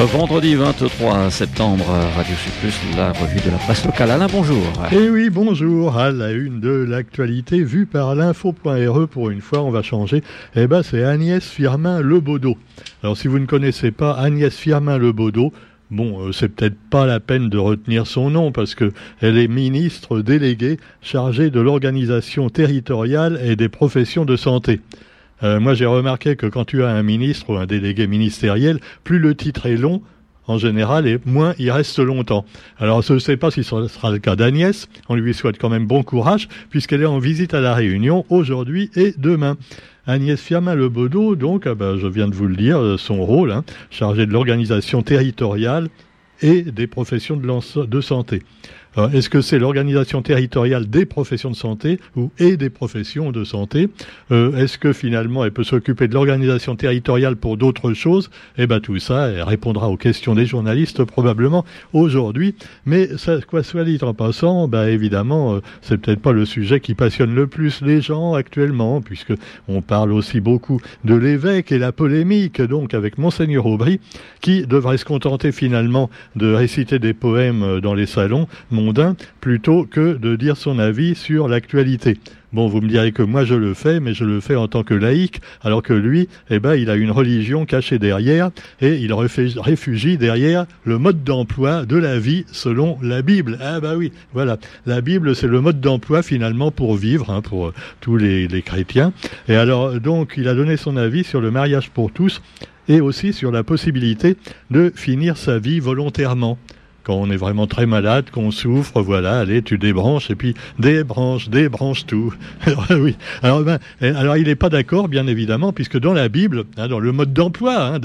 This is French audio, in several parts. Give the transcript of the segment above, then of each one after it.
Vendredi 23 septembre, Radio Sud Plus, la revue de la presse locale. Alain, bonjour. Eh oui, bonjour. À la une de l'actualité vue par l'info.re, pour une fois, on va changer. Eh ben, c'est Agnès Firmin-Lebaudot. Alors, si vous ne connaissez pas Agnès Firmin-Lebaudot, bon, c'est peut-être pas la peine de retenir son nom parce que elle est ministre déléguée chargée de l'organisation territoriale et des professions de santé. Moi, j'ai remarqué que quand tu as un ministre ou un délégué ministériel, plus le titre est long, en général, et moins il reste longtemps. Alors, je ne sais pas si ce sera le cas d'Agnès. On lui souhaite quand même bon courage, puisqu'elle est en visite à La Réunion aujourd'hui et demain. Agnès Firmin-Lebaudot, donc, je viens de vous le dire, son rôle, chargé de l'organisation territoriale et des professions de santé. Alors, est-ce que c'est l'organisation territoriale des professions de santé et des professions de santé? Est-ce que finalement elle peut s'occuper de l'organisation territoriale pour d'autres choses? Eh ben tout ça, elle répondra aux questions des journalistes probablement aujourd'hui. Mais ça, quoi soit dit en passant, évidemment, c'est peut-être pas le sujet qui passionne le plus les gens actuellement, puisque on parle aussi beaucoup de l'évêque et la polémique, donc avec Monseigneur Aubry, qui devrait se contenter finalement de réciter des poèmes dans les salons mondain plutôt que de dire son avis sur l'actualité. Bon, vous me direz que moi je le fais, mais je le fais en tant que laïc, alors que lui, il a une religion cachée derrière, et il réfugie derrière le mode d'emploi de la vie selon la Bible. Ah bah oui, voilà. La Bible, c'est le mode d'emploi finalement pour vivre, pour tous les chrétiens. Et alors, donc, il a donné son avis sur le mariage pour tous, et aussi sur la possibilité de finir sa vie volontairement. Quand on est vraiment très malade, qu'on souffre, voilà, allez, tu débranches, et puis débranche tout. Alors, oui. Alors il n'est pas d'accord, bien évidemment, puisque dans la Bible, dans le mode d'emploi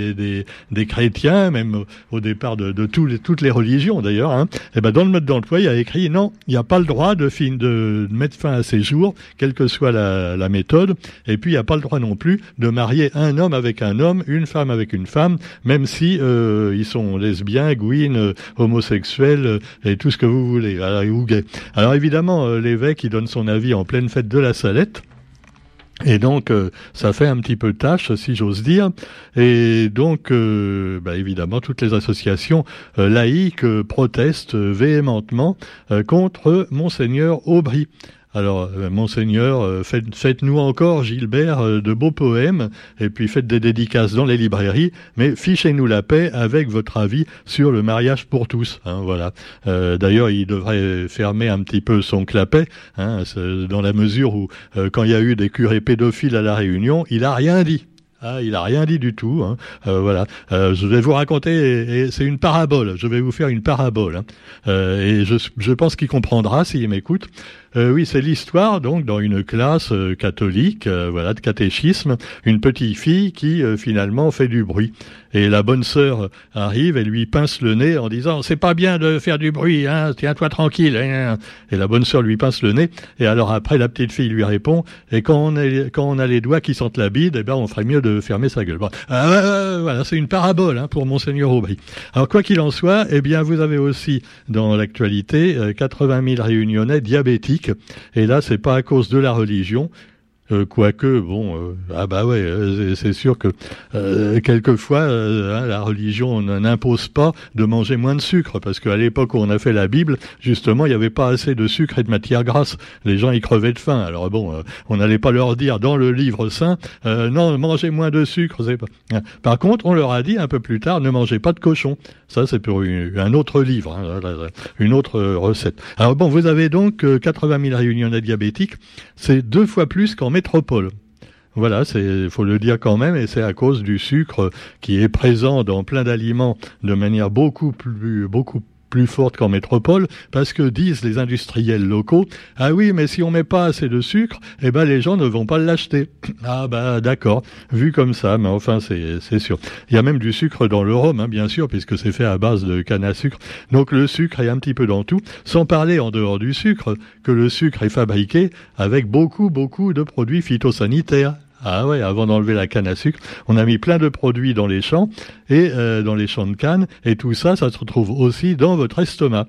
des chrétiens, même au départ de toutes les religions d'ailleurs, dans le mode d'emploi, il y a écrit, non, il n'y a pas le droit de mettre fin à ses jours, quelle que soit la méthode, et puis il n'y a pas le droit non plus de marier un homme avec un homme, une femme avec une femme, même si ils sont lesbiens, gouines, homosexuels et tout ce que vous voulez, ou gay. Alors évidemment, l'évêque, il donne son avis en pleine fête de la Salette. Et donc, ça fait un petit peu tâche, si j'ose dire. Et donc, évidemment, toutes les associations laïques protestent véhémentement contre Monseigneur Aubry. Alors, Monseigneur, faites-nous encore, Gilbert, de beaux poèmes, et puis faites des dédicaces dans les librairies, mais fichez-nous la paix avec votre avis sur le mariage pour tous. Voilà. D'ailleurs, il devrait fermer un petit peu son clapet, dans la mesure où, quand il y a eu des curés pédophiles à La Réunion, il a rien dit. Il a rien dit du tout. Voilà. Je vais vous raconter, et c'est une parabole. Je vais vous faire une parabole. Et je pense qu'il comprendra s'il m'écoute. Oui, c'est l'histoire, donc, dans une classe catholique, de catéchisme, une petite fille qui, finalement, fait du bruit. Et la bonne sœur arrive et lui pince le nez en disant « C'est pas bien de faire du bruit, tiens-toi tranquille. » Et la bonne sœur lui pince le nez. Et alors après, la petite fille lui répond « Et quand on a les doigts qui sentent la bide, on ferait mieux de fermer sa gueule. » Voilà, c'est une parabole pour Monseigneur Aubry. Alors, quoi qu'il en soit, vous avez aussi, dans l'actualité, 80 000 Réunionnais diabétiques. Et là, c'est pas à cause de la religion, quoique, c'est sûr que quelquefois, la religion n'impose pas de manger moins de sucre, parce qu'à l'époque où on a fait la Bible, justement, il n'y avait pas assez de sucre et de matière grasse. Les gens y crevaient de faim. Alors on n'allait pas leur dire dans le livre saint, non, mangez moins de sucre. C'est pas... Par contre, on leur a dit un peu plus tard, ne mangez pas de cochon. Ça, c'est pour un autre livre, une autre recette. Alors vous avez donc 80 000 Réunionnais diabétiques. C'est 2 fois plus qu'en métropole. Voilà, faut le dire quand même, et c'est à cause du sucre qui est présent dans plein d'aliments de manière beaucoup plus forte qu'en métropole, parce que disent les industriels locaux, ah oui, mais si on met pas assez de sucre, les gens ne vont pas l'acheter. D'accord, vu comme ça, mais enfin c'est sûr. Il y a même du sucre dans le rhum, bien sûr, puisque c'est fait à base de canne à sucre. Donc le sucre est un petit peu dans tout, sans parler en dehors du sucre, que le sucre est fabriqué avec beaucoup de produits phytosanitaires. Ah ouais, avant d'enlever la canne à sucre, on a mis plein de produits dans les champs et dans les champs de canne, et tout ça, ça se retrouve aussi dans votre estomac.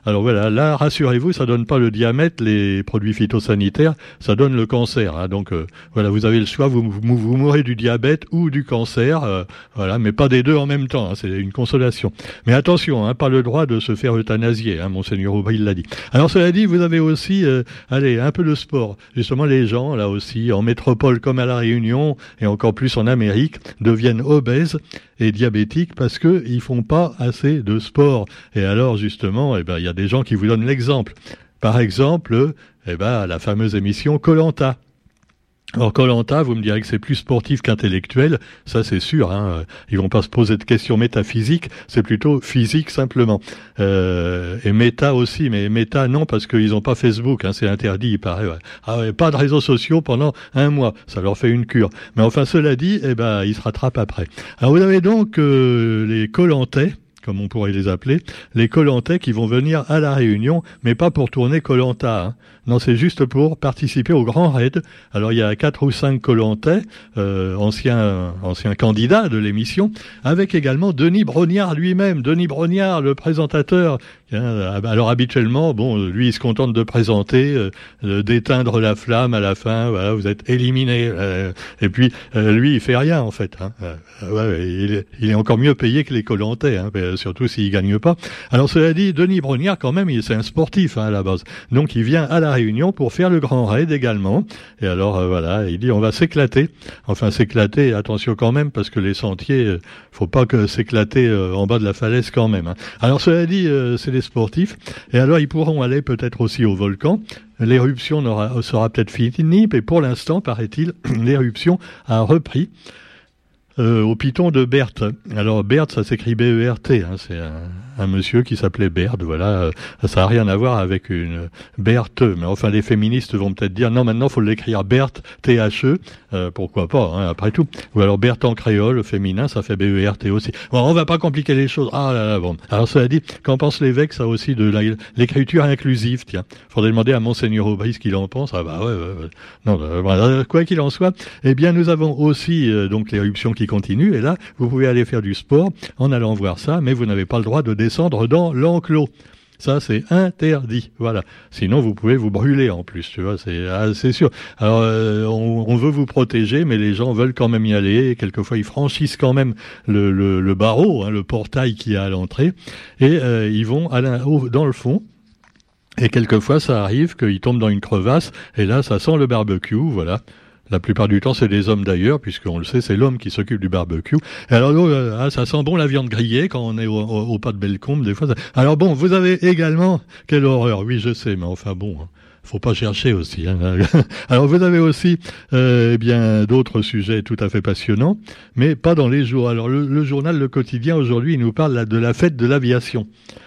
Alors voilà, là, rassurez-vous, ça donne pas le diabète, les produits phytosanitaires, ça donne le cancer. Hein. Donc voilà, vous avez le choix, vous mourrez du diabète ou du cancer, voilà, mais pas des deux en même temps. Hein, c'est une consolation. Mais attention, hein, pas le droit de se faire euthanasier. Hein, Monseigneur Aubry l'a dit. Alors cela dit, vous avez aussi, allez, un peu de sport. Justement, les gens là aussi, en métropole comme à la Réunion et encore plus en Amérique, deviennent obèses et diabétiques parce que ils font pas assez de sport. Et alors justement, il y a des gens qui vous donnent l'exemple. Par exemple, la fameuse émission Koh-Lanta. Alors Koh-Lanta, vous me direz que c'est plus sportif qu'intellectuel, ça c'est sûr. Hein. Ils vont pas se poser de questions métaphysiques, c'est plutôt physique simplement. Et méta aussi, mais méta non parce qu'ils ont pas Facebook, hein, c'est interdit, il paraît. Ouais. Ah ouais, pas de réseaux sociaux pendant 1 mois, ça leur fait une cure. Mais enfin cela dit, ils se rattrapent après. Alors vous avez donc les Koh-Lantais, comme on pourrait les appeler, les Koh-Lantais qui vont venir à la Réunion, mais pas pour tourner Koh-Lanta. Hein. Non, c'est juste pour participer au Grand Raid. Alors il y a 4 ou 5 Koh-Lantais, anciens candidats de l'émission, avec également Denis Brognard lui-même. Denis Brognard, le présentateur. Alors habituellement, lui il se contente de présenter, d'éteindre la flamme à la fin. Voilà, vous êtes éliminé. Et puis lui il fait rien en fait. Hein. Il est encore mieux payé que les Koh-Lantais, hein, surtout s'il gagne pas. Alors cela dit, Denis Brognard quand même, c'est un sportif à la base. Donc il vient à la Réunion pour faire le Grand Raid également. Et alors il dit on va s'éclater. Enfin s'éclater, attention quand même parce que les sentiers, faut pas que s'éclater en bas de la falaise quand même. Hein. Alors cela dit, c'est des sportifs. Et alors ils pourront aller peut-être aussi au volcan. L'éruption sera peut-être finie, mais pour l'instant, paraît-il, l'éruption a repris. Au piton de Berthe. Alors Berthe, ça s'écrit B-E-R-T, hein, c'est un monsieur qui s'appelait Berthe, voilà, ça n'a rien à voir avec une Berthe, mais enfin les féministes vont peut-être dire non, maintenant il faut l'écrire Berthe, T-H-E, pourquoi pas, hein, après tout. Ou alors Berthe en créole, féminin, ça fait B-E-R-T aussi. Bon, on va pas compliquer les choses. Ah là là, bon. Alors cela dit, qu'en pense l'évêque, ça aussi, de l'écriture inclusive, tiens. Faudrait demander à Monseigneur Aubry ce qu'il en pense. Ah bah ouais. Non, quoi qu'il en soit, eh bien nous avons aussi donc l'éruption qui continue, et là, vous pouvez aller faire du sport en allant voir ça, mais vous n'avez pas le droit de descendre dans l'enclos. Ça, c'est interdit. Voilà. Sinon, vous pouvez vous brûler en plus. Tu vois, c'est sûr. Alors, on veut vous protéger, mais les gens veulent quand même y aller. Et quelquefois, ils franchissent quand même le barreau, hein, le portail qui est à l'entrée, et ils vont dans le fond. Et quelquefois, ça arrive qu'ils tombent dans une crevasse, et là, ça sent le barbecue. Voilà. La plupart du temps, c'est des hommes d'ailleurs, puisqu'on le sait, c'est l'homme qui s'occupe du barbecue. Et alors, ça sent bon la viande grillée quand on est au pas de Bellecombe, des fois. Alors bon, vous avez également, quelle horreur, oui, je sais, mais enfin bon, hein, faut pas chercher aussi. Hein. Alors vous avez aussi, d'autres sujets tout à fait passionnants, mais pas dans les jours. Alors le journal Le Quotidien aujourd'hui, il nous parle de la fête de l'aviation.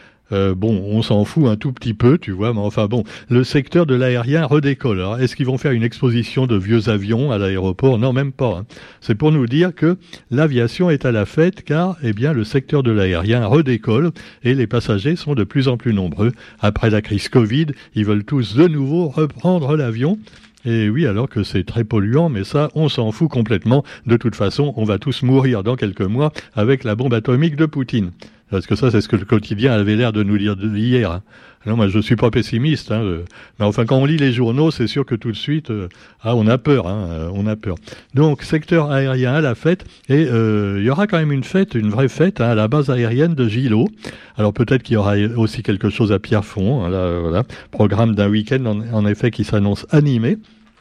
On s'en fout un tout petit peu, tu vois, mais enfin bon, le secteur de l'aérien redécolle. Alors, est-ce qu'ils vont faire une exposition de vieux avions à l'aéroport ? Non, même pas. Hein. C'est pour nous dire que l'aviation est à la fête, car, le secteur de l'aérien redécolle et les passagers sont de plus en plus nombreux. Après la crise Covid, ils veulent tous de nouveau reprendre l'avion. Et oui, alors que c'est très polluant, mais ça, on s'en fout complètement. De toute façon, on va tous mourir dans quelques mois avec la bombe atomique de Poutine. Parce que ça, c'est ce que Le Quotidien avait l'air de nous dire hier. Hein. Non, moi, je suis pas pessimiste. Hein, mais enfin, quand on lit les journaux, c'est sûr que tout de suite, on a peur. Hein, on a peur. Donc, secteur aérien à la fête. Et il y aura quand même une vraie fête, hein, à la base aérienne de Gillot. Alors, peut-être qu'il y aura aussi quelque chose à Pierrefonds. Hein, là, voilà. Programme d'un week-end, en effet, qui s'annonce animé.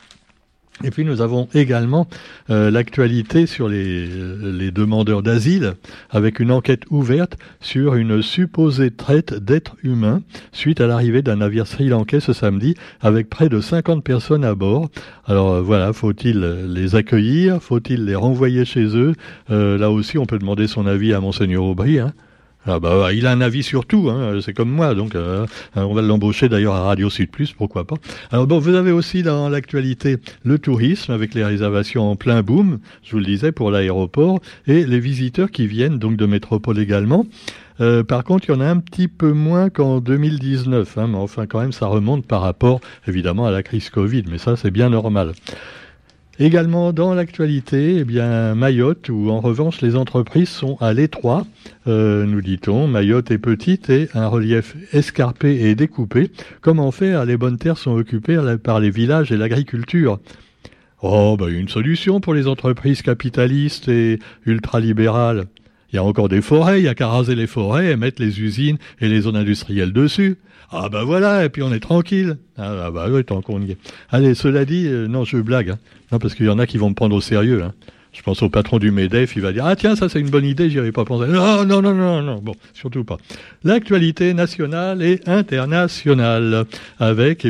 Et puis nous avons également l'actualité sur les demandeurs d'asile, avec une enquête ouverte sur une supposée traite d'êtres humains suite à l'arrivée d'un navire sri-lankais ce samedi avec près de 50 personnes à bord. Alors voilà, faut-il les accueillir? Faut-il les renvoyer chez eux? Là aussi, on peut demander son avis à Monseigneur Aubry, hein. Ah il a un avis sur tout, hein, c'est comme moi, donc on va l'embaucher d'ailleurs à Radio Sud Plus, pourquoi pas. Alors bon, vous avez aussi dans l'actualité le tourisme avec les réservations en plein boom, je vous le disais, pour l'aéroport, et les visiteurs qui viennent donc de métropole également. Par contre, il y en a un petit peu moins qu'en 2019, hein, mais enfin quand même ça remonte par rapport évidemment à la crise Covid, mais ça c'est bien normal. Également dans l'actualité, eh bien Mayotte, où en revanche les entreprises sont à l'étroit, nous dit-on. Mayotte est petite et un relief escarpé et découpé. Comment faire? Les bonnes terres sont occupées par les villages et l'agriculture. Oh, une solution pour les entreprises capitalistes et ultralibérales. Il y a encore des forêts, il y a qu'à raser les forêts et mettre les usines et les zones industrielles dessus. Ah voilà, et puis on est tranquille. Ah oui, tant qu'on y est. Allez, cela dit, non, je blague. Hein. Non, parce qu'il y en a qui vont me prendre au sérieux. Hein. Je pense au patron du MEDEF, il va dire « Ah tiens, ça c'est une bonne idée, j'y avais pas pensé. » Non, bon, surtout pas. L'actualité nationale et internationale, avec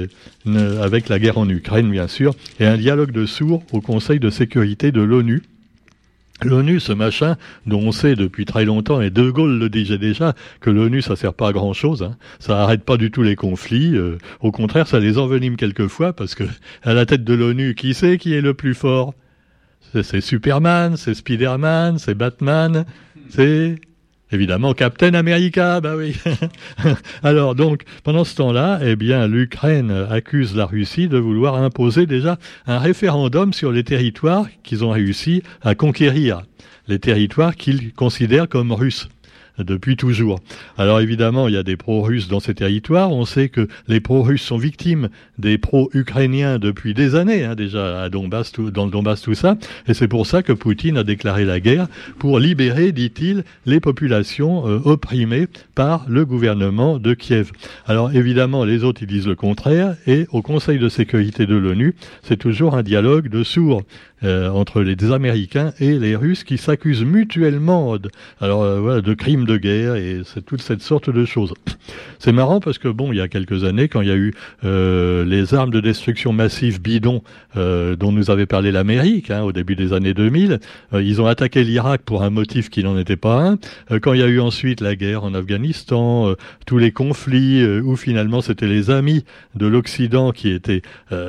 la guerre en Ukraine, bien sûr, et un dialogue de sourds au Conseil de sécurité de l'ONU. L'ONU, ce machin dont on sait depuis très longtemps, et De Gaulle le disait déjà, que l'ONU ça sert pas à grand chose, hein. Ça arrête pas du tout les conflits, au contraire ça les envenime quelquefois, parce que à la tête de l'ONU, qui c'est qui est le plus fort? C'est Superman, c'est Spiderman, c'est Batman, c'est évidemment Captain America, bah oui. Alors donc, pendant ce temps-là, eh bien, l'Ukraine accuse la Russie de vouloir imposer déjà un référendum sur les territoires qu'ils ont réussi à conquérir, les territoires qu'ils considèrent comme russes depuis toujours. Alors évidemment, il y a des pro-russes dans ces territoires. On sait que les pro-russes sont victimes des pro-ukrainiens depuis des années, hein, déjà dans le Donbass, tout ça. Et c'est pour ça que Poutine a déclaré la guerre pour libérer, dit-il, les populations opprimées par le gouvernement de Kiev. Alors évidemment, les autres, ils disent le contraire. Et au Conseil de sécurité de l'ONU, c'est toujours un dialogue de sourds entre les Américains et les Russes qui s'accusent mutuellement de crimes de guerre et c'est toute cette sorte de choses. C'est marrant parce que il y a quelques années, quand il y a eu les armes de destruction massive bidon dont nous avait parlé l'Amérique au début des années 2000, ils ont attaqué l'Irak pour un motif qui n'en était pas un. Quand il y a eu ensuite la guerre en Afghanistan, tous les conflits où finalement c'était les amis de l'Occident qui étaient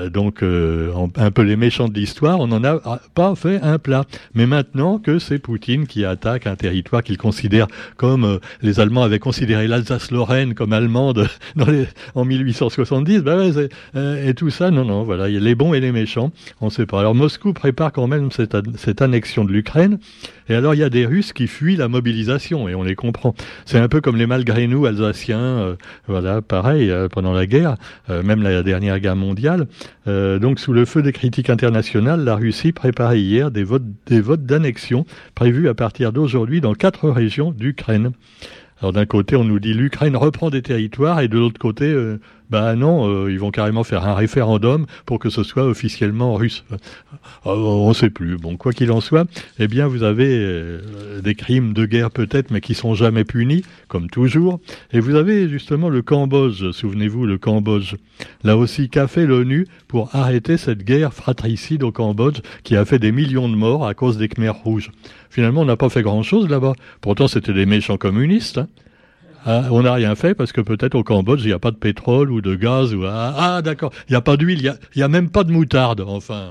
un peu les méchants de l'histoire, on n'en a pas fait un plat. Mais maintenant que c'est Poutine qui attaque un territoire qu'il considère comme les Allemands avaient considéré l'Alsace-Lorraine comme allemande en 1870, et tout ça, non, voilà, il y a les bons et les méchants, on ne sait pas. Alors Moscou prépare quand même cette annexion de l'Ukraine, et alors il y a des Russes qui fuient la mobilisation, et on les comprend. C'est un peu comme les malgré nous alsaciens, pareil, pendant la guerre, même la dernière guerre mondiale. Donc sous le feu des critiques internationales, la Russie préparait hier des votes d'annexion prévus à partir d'aujourd'hui dans 4 régions d'Ukraine. Alors d'un côté, on nous dit l'Ukraine reprend des territoires et de l'autre côté, ils vont carrément faire un référendum pour que ce soit officiellement russe. On ne sait plus. Bon, quoi qu'il en soit, eh bien, vous avez des crimes de guerre peut-être, mais qui sont jamais punis, comme toujours. Et vous avez justement le Cambodge, souvenez-vous, le Cambodge. Là aussi, qu'a fait l'ONU pour arrêter cette guerre fratricide au Cambodge qui a fait des millions de morts à cause des Khmers rouges. Finalement, on n'a pas fait grand-chose là-bas. Pourtant, c'était des méchants communistes. On n'a rien fait parce que peut-être au Cambodge, il n'y a pas de pétrole ou de gaz. D'accord, il n'y a pas d'huile, il n'y a même pas de moutarde. Enfin,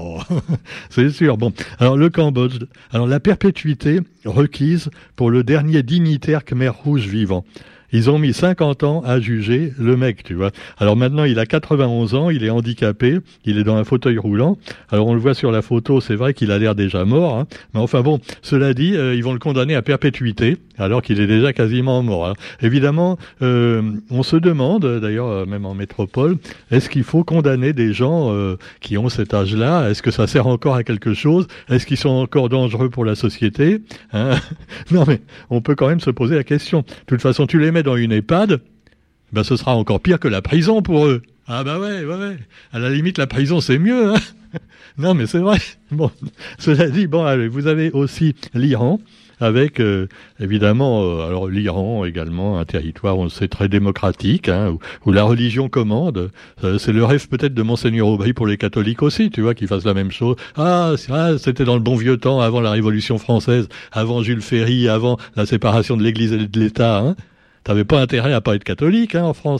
c'est sûr. Bon, alors le Cambodge, la perpétuité requise pour le dernier dignitaire Khmer rouge vivant. Ils ont mis 50 ans à juger le mec, tu vois. Alors maintenant, il a 91 ans, il est handicapé, il est dans un fauteuil roulant. Alors on le voit sur la photo, c'est vrai qu'il a l'air déjà mort. Hein. Mais enfin bon, cela dit, ils vont le condamner à perpétuité, alors qu'il est déjà quasiment mort. Alors, évidemment, on se demande, d'ailleurs même en métropole, est-ce qu'il faut condamner des gens qui ont cet âge-là? Est-ce que ça sert encore à quelque chose? Est-ce qu'ils sont encore dangereux pour la société, hein? Non mais, on peut quand même se poser la question. De toute façon, tu les mets dans une EHPAD, ce sera encore pire que la prison pour eux. Ah ouais. À la limite, la prison, c'est mieux, hein. Non, mais c'est vrai. Bon, cela dit, allez, vous avez aussi l'Iran, avec, évidemment, alors l'Iran également, un territoire, on le sait, très démocratique, hein, où la religion commande. C'est le rêve peut-être de Monseigneur Aubry pour les catholiques aussi, tu vois, qu'ils fassent la même chose. C'était dans le bon vieux temps, avant la Révolution française, avant Jules Ferry, avant la séparation de l'Église et de l'État, hein. T'avais pas intérêt à pas être catholique, hein, en France.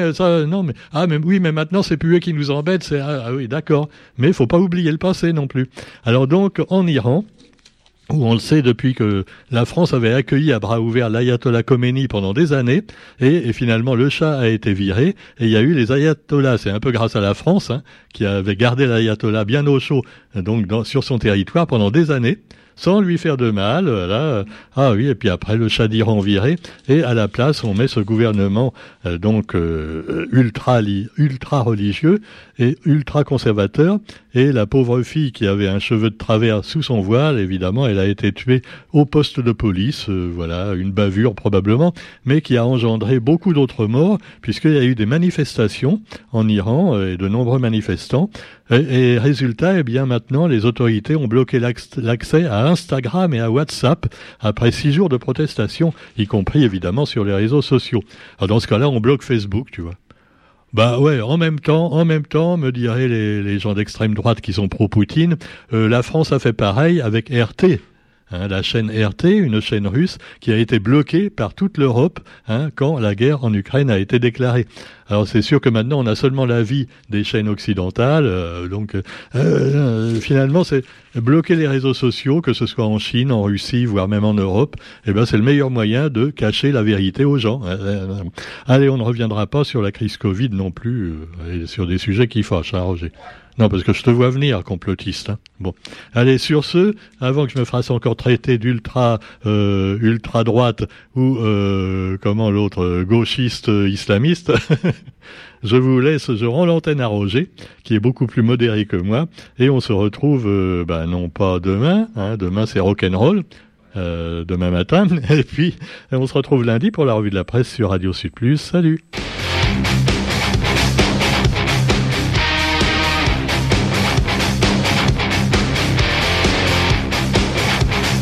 Mais maintenant c'est plus eux qui nous embêtent, oui, d'accord. Mais faut pas oublier le passé non plus. Alors donc, en Iran, où on le sait depuis que la France avait accueilli à bras ouverts l'ayatollah Khomeini pendant des années, et finalement le Shah a été viré, et il y a eu les ayatollahs. C'est un peu grâce à la France, qui avait gardé l'ayatollah bien au chaud, donc sur son territoire pendant des années, sans lui faire de mal, voilà. Ah oui, et puis après le Shah d'Iran viré, et à la place on met ce gouvernement ultra religieux et ultra conservateur, et la pauvre fille qui avait un cheveu de travers sous son voile, évidemment, elle a été tuée au poste de police, voilà, une bavure probablement, mais qui a engendré beaucoup d'autres morts, puisqu'il y a eu des manifestations en Iran, et de nombreux manifestants, et résultat, eh bien maintenant, les autorités ont bloqué l'accès à Instagram et à WhatsApp après 6 jours de protestation, y compris évidemment sur les réseaux sociaux. Alors dans ce cas-là, on bloque Facebook, tu vois. Bah ouais, en même temps, me diraient les gens d'extrême droite qui sont pro-Poutine, la France a fait pareil avec RT. La chaîne RT, une chaîne russe qui a été bloquée par toute l'Europe quand la guerre en Ukraine a été déclarée. Alors c'est sûr que maintenant on a seulement l'avis des chaînes occidentales, finalement c'est bloquer les réseaux sociaux, que ce soit en Chine, en Russie, voire même en Europe, c'est le meilleur moyen de cacher la vérité aux gens. Allez, on ne reviendra pas sur la crise Covid non plus, et sur des sujets qui fâchent, Roger. Non, parce que je te vois venir, complotiste. Bon, allez, sur ce, avant que je me fasse encore traiter d'ultra droite ou gauchiste islamiste, je vous laisse, je rends l'antenne à Roger, qui est beaucoup plus modéré que moi, et on se retrouve, non pas demain, demain c'est rock'n'roll, demain matin, et puis on se retrouve lundi pour la revue de la presse sur Radio Sud+. Salut.